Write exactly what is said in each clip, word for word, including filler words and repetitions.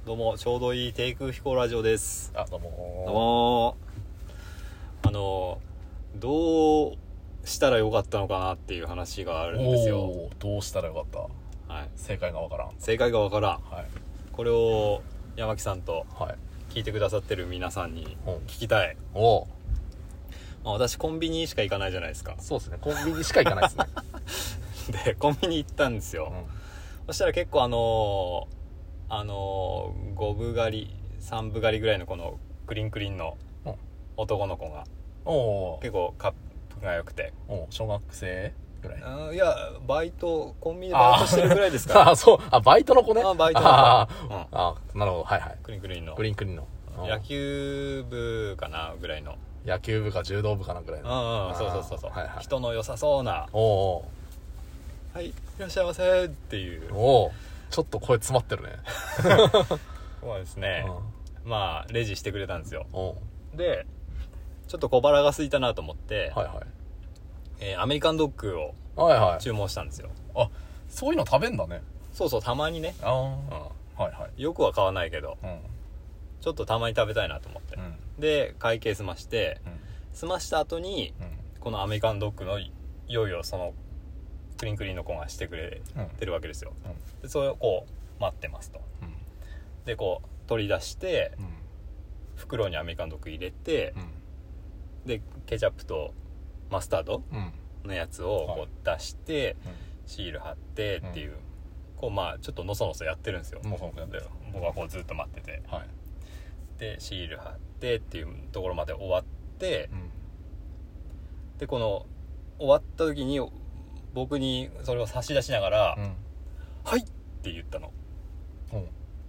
どうもちょうどいい低空飛行ラジオです。 あ、どうもどうもあのどうしたらよかったのかなっていう話があるんですよ。 おー、どうしたらよかった、 はい、 正解がわからん正解がわからん、はい、これを山木さんと聞いてくださってる皆さんに聞きたい、はい、 おー、 まあ、私コンビニしか行かないじゃないですか。 そうですね、コンビニしか行かないですねでコンビニ行ったんですよ、うん、そしたら結構あのーあのー、ごぶ狩りさんぶ狩りぐらいのこのクリンクリンの男の子が、うん、お結構カップが良くて、 お小学生ぐらい。 あいやバイトコンビニでバイトしてるぐらいですからああそうあバイトの子ね。 あバイトの子あ、 うん、あなるほど、はいはい。 クリンクリンのクリンクリンの野球部かなぐらいの、 野球部か柔道部かなぐらいの、 うんうん、そうそうそうそう、はいはい、人の良さそうな、 おおはいいらっしゃいませっていう、 おおちょっと声詰まってるねそうですね、うん、まあレジしてくれたんですよ。 おでちょっと小腹が空いたなと思って、 はいはい、 えー、アメリカンドッグを注文したんですよ、 はいはい、あそういうの食べんだね。 そうそうたまにね、 あ、うん、 はいはい、よくは買わないけど、うん、ちょっとたまに食べたいなと思って、うん、で会計済まして、うん、済ました後に、うん、このアメリカンドッグのいよいよそのクリンクリンの子がしてくれてるわけですよ、うん、でそれをこう待ってますと、うん、でこう取り出して、うん、袋にアメリカンドッグ入れて、うん、でケチャップとマスタードのやつをこう出して、うん、シール貼ってっていう、うん、こうまあちょっとのそのそやってるんですよ。のそのそやってる。僕はこうずっと待ってて、はい、でシール貼ってっていうところまで終わって、うん、でこの終わった時に僕にそれを差し出しながら、うん、はいって言ったの、うん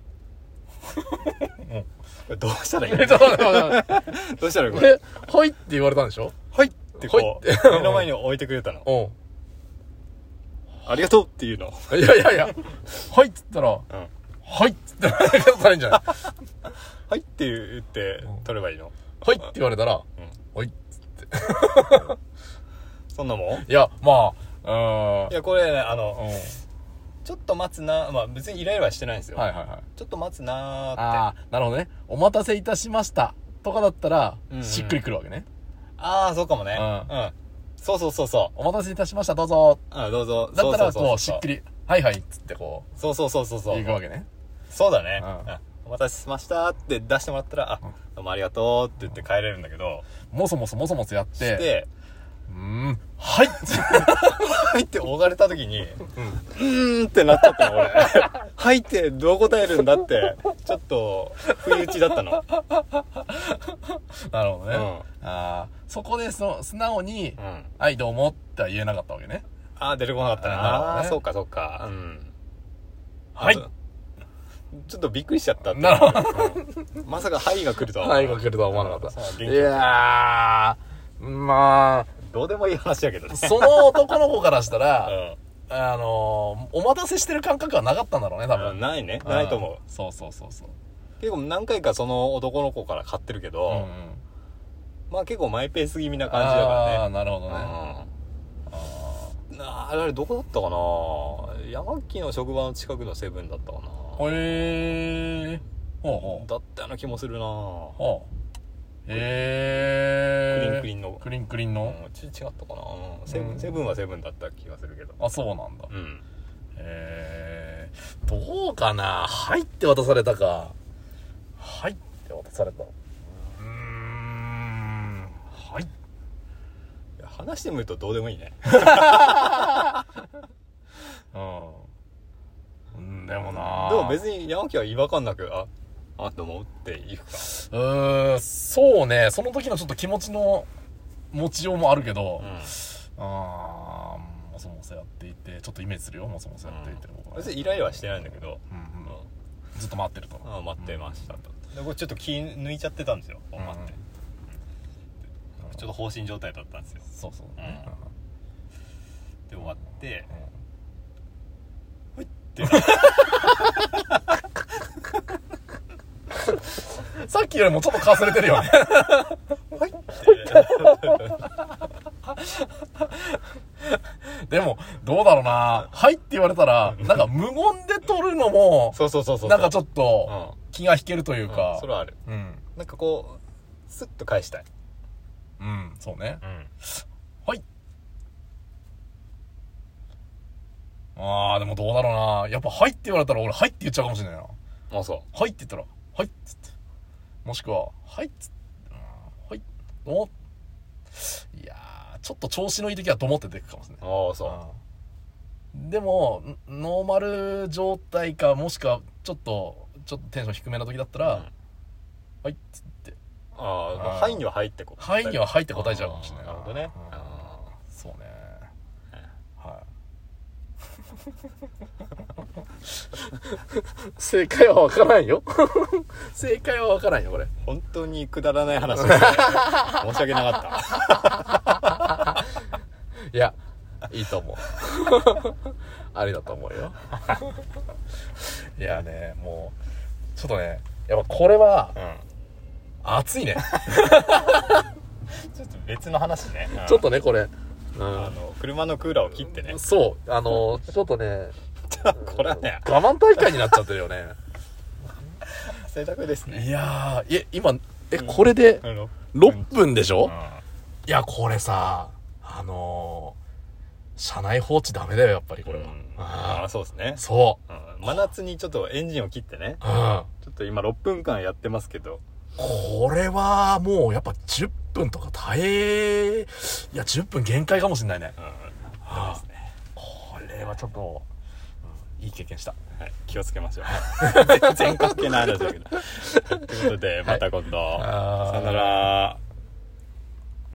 うん、どうしたらいいのどうしたらいいこれはいって言われたんでしょ。 はいってこう目の前に置いてくれたの、うん、ありがとうっていうの。 いやいやいやはいっつったら、うん、はいっつったらいいんじゃないはいって言って取ればいいの。 はいって言われたら、うん、はいっつってそんなもん。 いやまあいやこれねあの、うん、ちょっと待つな、まあ別にイライラはしてないんですよ、はいはいはい、ちょっと待つなーって。 ああなるほどね。お待たせいたしましたとかだったら、うんうん、しっくりくるわけね。 ああそうかもね、うん、うん、そうそうそうそう、 お待たせいたしましたどうぞ、 あどうぞだったらこうしっくりはいはいっつってこうそうそうそうそうそう行くわけね。 そうだね、うん、お待たせしましたって出してもらったら、あどうもありがとうって言って帰れるんだけど、 もそもそもそもそやってしてうーんはいはいっておがれた時に、うん、うーんってなっちゃったの俺はいってどう答えるんだってちょっと不意打ちだったのなるほどね、うん、あそこでそ素直に、うん、はいどうもっては言えなかったわけね。 ああ出てこなかったな。ああ、ね、そうかそうか、うん、 はいちょっとびっくりしちゃったって。 なるほど、 うん、まさかはいが来るとは思わなかった。はいが来るとは思わなかった。いやーまあどうでもいい話やけどね。 その男の子からしたら、うん、あのー、お待たせしてる感覚はなかったんだろうね多分、 うん、ないね、ないと思う。 そうそうそうそう。結構何回かその男の子から買ってるけど、うんうん、まあ結構マイペース気味な感じだからね。 ああなるほどね、うん、 ああれどこだったかな、山木の職場の近くのセブンだったかな。 へえほうほうだったような気もするな。 ほうへえクリンクリンのクリンクリンの、 うん、ちょっと違ったかな、うん、セブン、セブンはセブンだった気がするけど。 あそうなんだ、うん、へえどうかな。はいって渡されたか。はいって渡された。うーんはい。いや話してみるとどうでもいいねうん、でもなでも別に山木は違和感なくああと思っていくか。 うーんそうね、その時のちょっと気持ちの持ちようもあるけど、うん、あーもそもそやっていてちょっとイメージするよ。もそもそやっていて、うん、僕は別にイライラはしてないんだけど、うんうんうん、ずっと待ってると。 あ待ってましたと、うん、でこれちょっと気抜いちゃってたんですよ、うんうん、待って、うん、ちょっと放心状態だったんですよ。 そうそう、うん、 で終わって、うん、はいってさっきよりもちょっとかすれてるよねはいってでもどうだろうな。はいって言われたらなんか無言で取るのもそうそうそうそうなんかちょっと気が引けるというか、 うん、それはある、うん、なんかこうスッと返したい。 うんそうね、うん、はいあーでもどうだろうな、やっぱはいって言われたら俺はいって言っちゃうかもしれないな。 あそうはいって言ったらはいっつって、もしくははいっつって、はいおいやーちょっと調子のいい時はと思って出てくかもしれない。 ああそう、 うん、でもノーマル状態かもしくはちょっとちょっとテンション低めな時だったら、うん、はいっつって、 ああはいにははいってことはいにははいって答えちゃうかもしれない。 なるほどね、 うん、あそうね、はい、正解は分からんよ正解は分からんよこれ。 本当にくだらない話ですね申し訳なかったいやいいと思うありだと思うよいやねもうちょっとねやっぱこれは、うん、熱いねちょっと別の話ね、 うん、ちょっとねこれ、 うん、あの車のクーラーを切ってね、 そうあのちょっとねこれはね我慢大会になっちゃってるよね正確ですね。 いやーえ今えこれでろっぷんでしょ、うん、いやこれさあのー、車内放置ダメだよやっぱりこれは、うん、 ああそうですね。 そう、 うん、真夏にちょっとエンジンを切ってね、うん、ちょっと今ろっぷんかんやってますけど、 これはもうやっぱじゅっぷんとか耐えいやじゅっぷん限界かもしれないね、うん、はあ、そうですね。これはちょっと、うん、いい経験した、 はい、気をつけましょう全然関係ない話だけどということでまた今度、はい、さよなら。